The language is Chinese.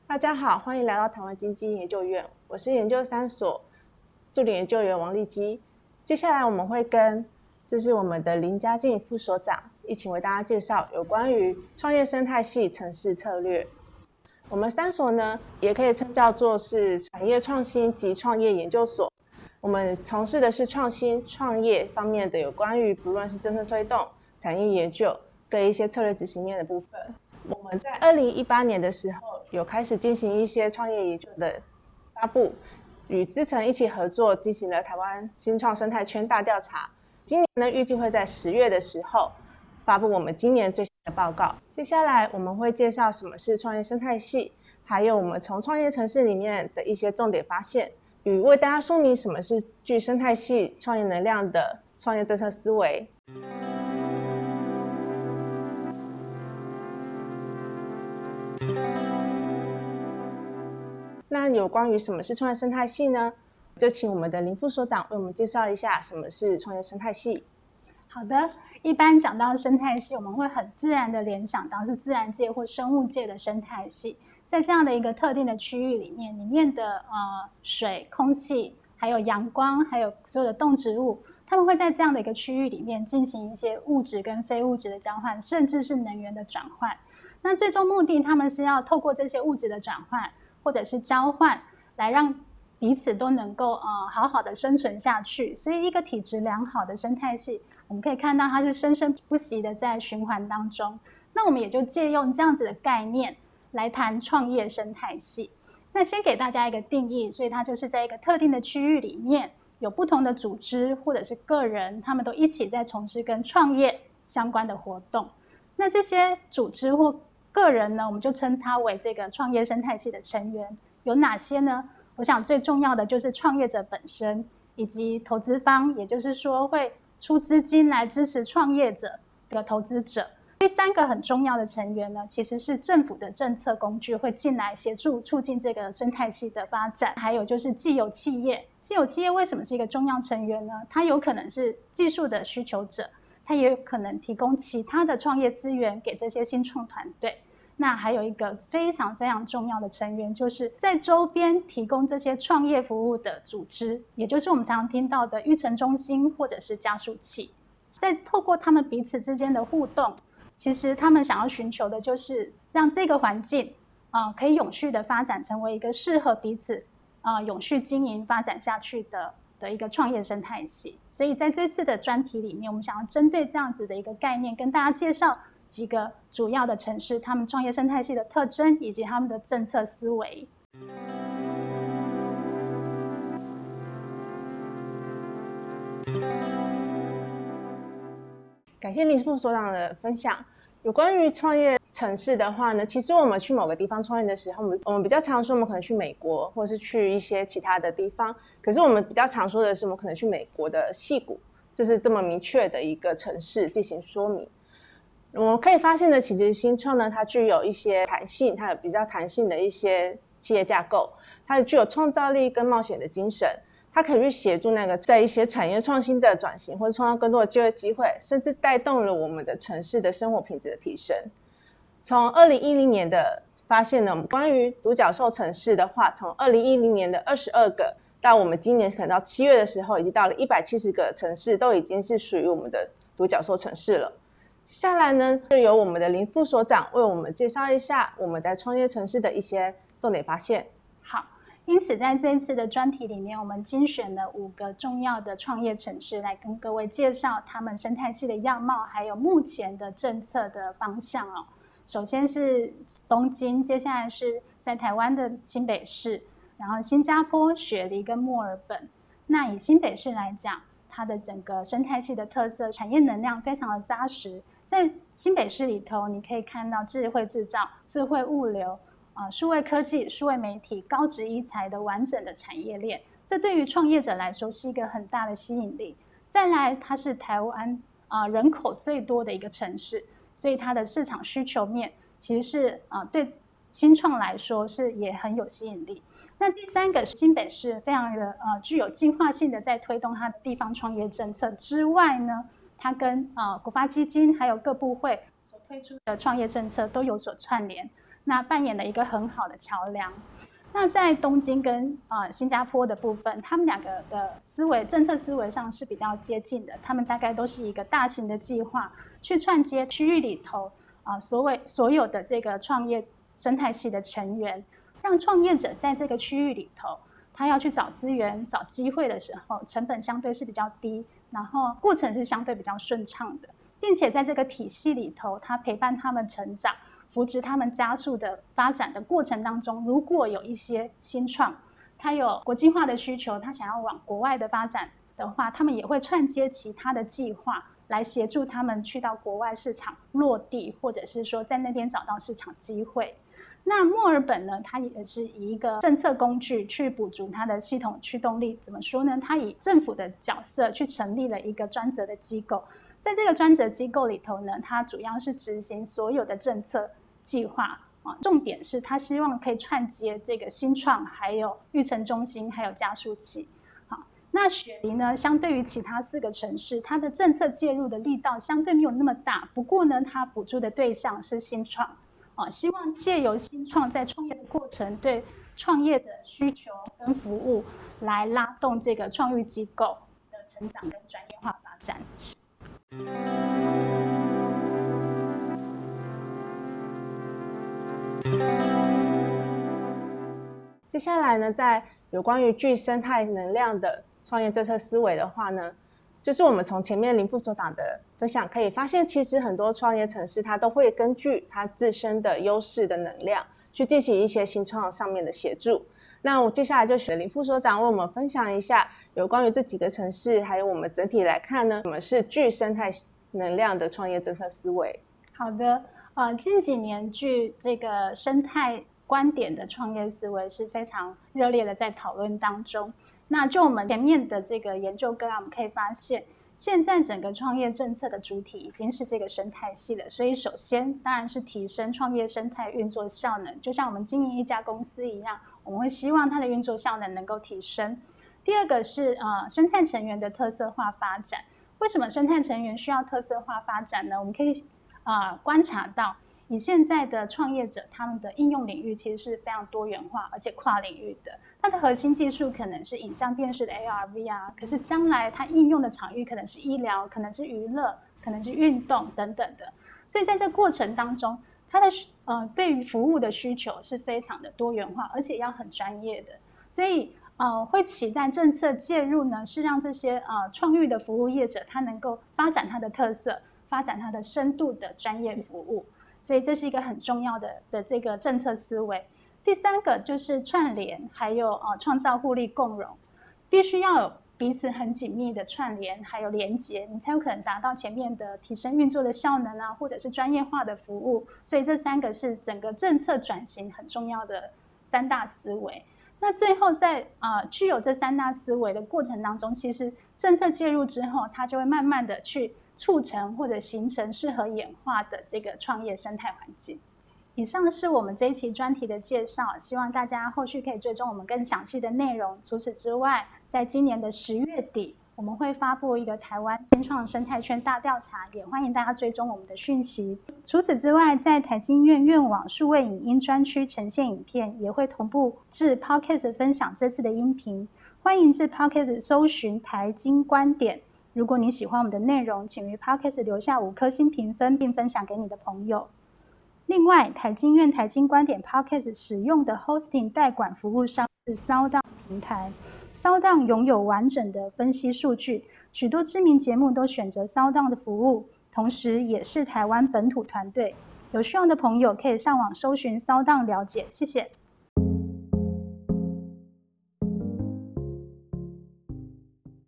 大家好，欢迎来到台湾经济研究院，我是研究3所助理研究员王丽基。接下来我们会跟我们的林嘉静副所长一起为大家介绍有关于创业生态系城市策略。我们3所呢，也可以称叫做是产业创新及创业研究所。我们从事的是创新创业方面的有关于不论是政策推动、产业研究跟一些策略执行面的部分。我们在2018年的时候有开始进行一些创业研究的发布，与资诚一起合作进行了台湾新创生态圈大调查。今年呢，预计会在10月的时候发布我们今年最新的报告。接下来我们会介绍什么是创业生态系，还有我们从创业城市里面的一些重点发现，与为大家说明什么是具生态系创业能量的创业政策思维。那有关于什么是创业生态系呢？就请我们的林副所长为我们介绍一下什么是创业生态系。 好的，一般讲到生态系，我们会很自然的联想到是自然界或生物界的生态系。在这样的一个特定的区域里面的水、空气，还有阳光，还有所有的动植物，它们会在这样的一个区域里面进行一些物质跟非物质的交换，甚至是能源的转换。那最终目的，他们是要透过这些物质的转换或者是交换，来让彼此都能够好好的生存下去。所以一个体质良好的生态系，我们可以看到它是生生不息的在循环当中。那我们也就借用这样子的概念来谈创业生态系。那先给大家一个定义，所以它就是在一个特定的区域里面，有不同的组织或者是个人，他们都一起在从事跟创业相关的活动。那这些组织或个人呢，我们就称它为这个创业生态系的成员。有哪些呢？我想最重要的就是创业者本身，以及投资方，也就是说会出资金来支持创业者的投资者。第3个很重要的成员呢，其实是政府的政策工具会进来协助促进这个生态系的发展。还有就是既有企业，既有企业为什么是一个重要成员呢？它有可能是技术的需求者，它也有可能提供其他的创业资源给这些新创团队。那还有一个非常非常重要的成员，就是在周边提供这些创业服务的组织，也就是我们常常听到的育成中心或者是加速器。在透过他们彼此之间的互动，其实他们想要寻求的就是让这个环境可以永续的发展成为一个适合彼此永续经营发展下去的一个创业生态系。所以在这次的专题里面，我们想要针对这样子的一个概念，跟大家介绍几个主要的城市，他们创业生态系的特征以及他们的政策思维。 感谢林副所长的分享。有关于创业城市的话呢，其实我们去某个地方创业的时候，我们比较常说我们可能去美国，或是去一些其他的地方。可是我们比较常说的是，我们可能去美国的矽谷，就是这么明确的一个城市进行说明。我们可以发现呢，其实新创呢，它具有一些弹性，它有比较弹性的一些企业架构，它具有创造力跟冒险的精神。它可以去协助在一些产业创新的转型，或者创造更多的就业机会，甚至带动了我们的城市的生活品质的提升。从2010年的发现呢，我们关于独角兽城市的话，从2010年的22个到我们今年可能到7月的时候，已经到了170个城市，都已经是属于我们的独角兽城市了。接下来呢，就由我们的林副所长为我们介绍一下我们在创业城市的一些重点发现。 好，因此在这一次的专题里面，我们精选了5个重要的创业城市来跟各位介绍他们生态系的样貌，还有目前的政策的方向哦。首先是东京，接下来是在台湾的新北市，然后新加坡、雪梨跟墨尔本。那以新北市来讲，它的整个生态系的特色，产业能量非常的扎实。在新北市里头，你可以看到智慧制造、智慧物流、数位科技、数位媒体、高职医材的完整的产业链，这对于创业者来说是一个很大的吸引力。再来，它是台湾人口最多的一个城市，所以它的市场需求面其实是对新创来说是也很有吸引力。那第3个是新北市非常的具有计划性的在推动它的地方创业政策之外呢，它跟国发基金还有各部会所推出的创业政策都有所串联。 那扮演了一个很好的桥梁。那在东京跟新加坡的部分，他们两个的政策思维上是比较接近的，他们大概都是一个大型的计划去串接区域里头所有的这个创业生态系的成员，让创业者在这个区域里头，他要去找资源、找机会的时候，成本相对是比较低，然后过程是相对比较顺畅的，并且在这个体系里头，他陪伴他们成长，扶持他们加速的发展的过程当中，如果有一些新创，他有国际化的需求，他想要往国外的发展的话，他们也会串接其他的计划来协助他们去到国外市场落地，或者是说在那边找到市场机会。那墨尔本呢，它也是以一个政策工具去补足它的系统驱动力。怎么说呢？它以政府的角色去成立了一个专责的机构，在这个专责机构里头呢，它主要是执行所有的政策计划重点是它希望可以串接这个新创，还有育成中心，还有加速器。那雪梨呢，相对于其他4个城市，它的政策介入的力道相对没有那么大，不过呢，它补助的对象是新创。希望借由新创在创业的过程对创业的需求跟服务来拉动这个创育机构的成长跟专业化发展。 接下来呢，在有关于具生态能量的创业政策思维的话呢，就是我们从前面林副所长的分享可以发现，其实很多创业城市它都会根据它自身的优势的能量去进行一些新创上面的协助。那我接下来就请林副所长为我们分享一下有关于这几个城市，还有我们整体来看呢，什么是具生态能量的创业政策思维。 好的，近几年具这个生态观点的创业思维是非常热烈的在讨论当中。那就我们前面的这个研究个案，我们可以发现，现在整个创业政策的主体已经是这个生态系了。所以首先当然是提升创业生态运作效能，就像我们经营一家公司一样，我们会希望它的运作效能能够提升。第二个是生态成员的特色化发展。为什么生态成员需要特色化发展呢？我们可以观察到，以现在的创业者，他们的应用领域其实是非常多元化，而且跨领域的。它的核心技术可能是影像辨识的 AR、VR， 可是将来它应用的场域可能是医疗，可能是娱乐，可能是运动等等的。所以在这过程当中，它的对于服务的需求是非常的多元化，而且要很专业的。所以会期待政策介入呢，是让这些创育的服务业者，他能够发展它的特色，发展它的深度的专业服务。所以这是一个很重要的这个政策思维。第三个就是串联，还有创造互利共荣，必须要有彼此很紧密的串联，还有连结，你才有可能达到前面的提升运作的效能啊，或者是专业化的服务。所以这3个是整个政策转型很重要的3大思维。那最后在具有这3大思维的过程当中，其实政策介入之后，它就会慢慢的去促成或者形成适合演化的这个创业生态环境。以上是我们这一期专题的介绍，希望大家后续可以追踪我们更详细的内容。除此之外，在今年的10月底，我们会发布一个台湾新创生态圈大调查，也欢迎大家追踪我们的讯息。除此之外，在台经院院网数位影音专区呈现影片，也会同步至 Podcast 分享这次的音频。欢迎至 Podcast 搜寻台经观点。如果你喜欢我们的内容，请于 Podcast 留下5颗星评分，并分享给你的朋友。另外，台经院台经观点 Podcast 使用的 Hosting 代管服务商是 SoundOn 平台。SoundOn 拥有完整的分析数据，许多知名节目都选择 SoundOn 的服务，同时也是台湾本土团队。有需要的朋友可以上网搜寻 SoundOn 了解。谢谢。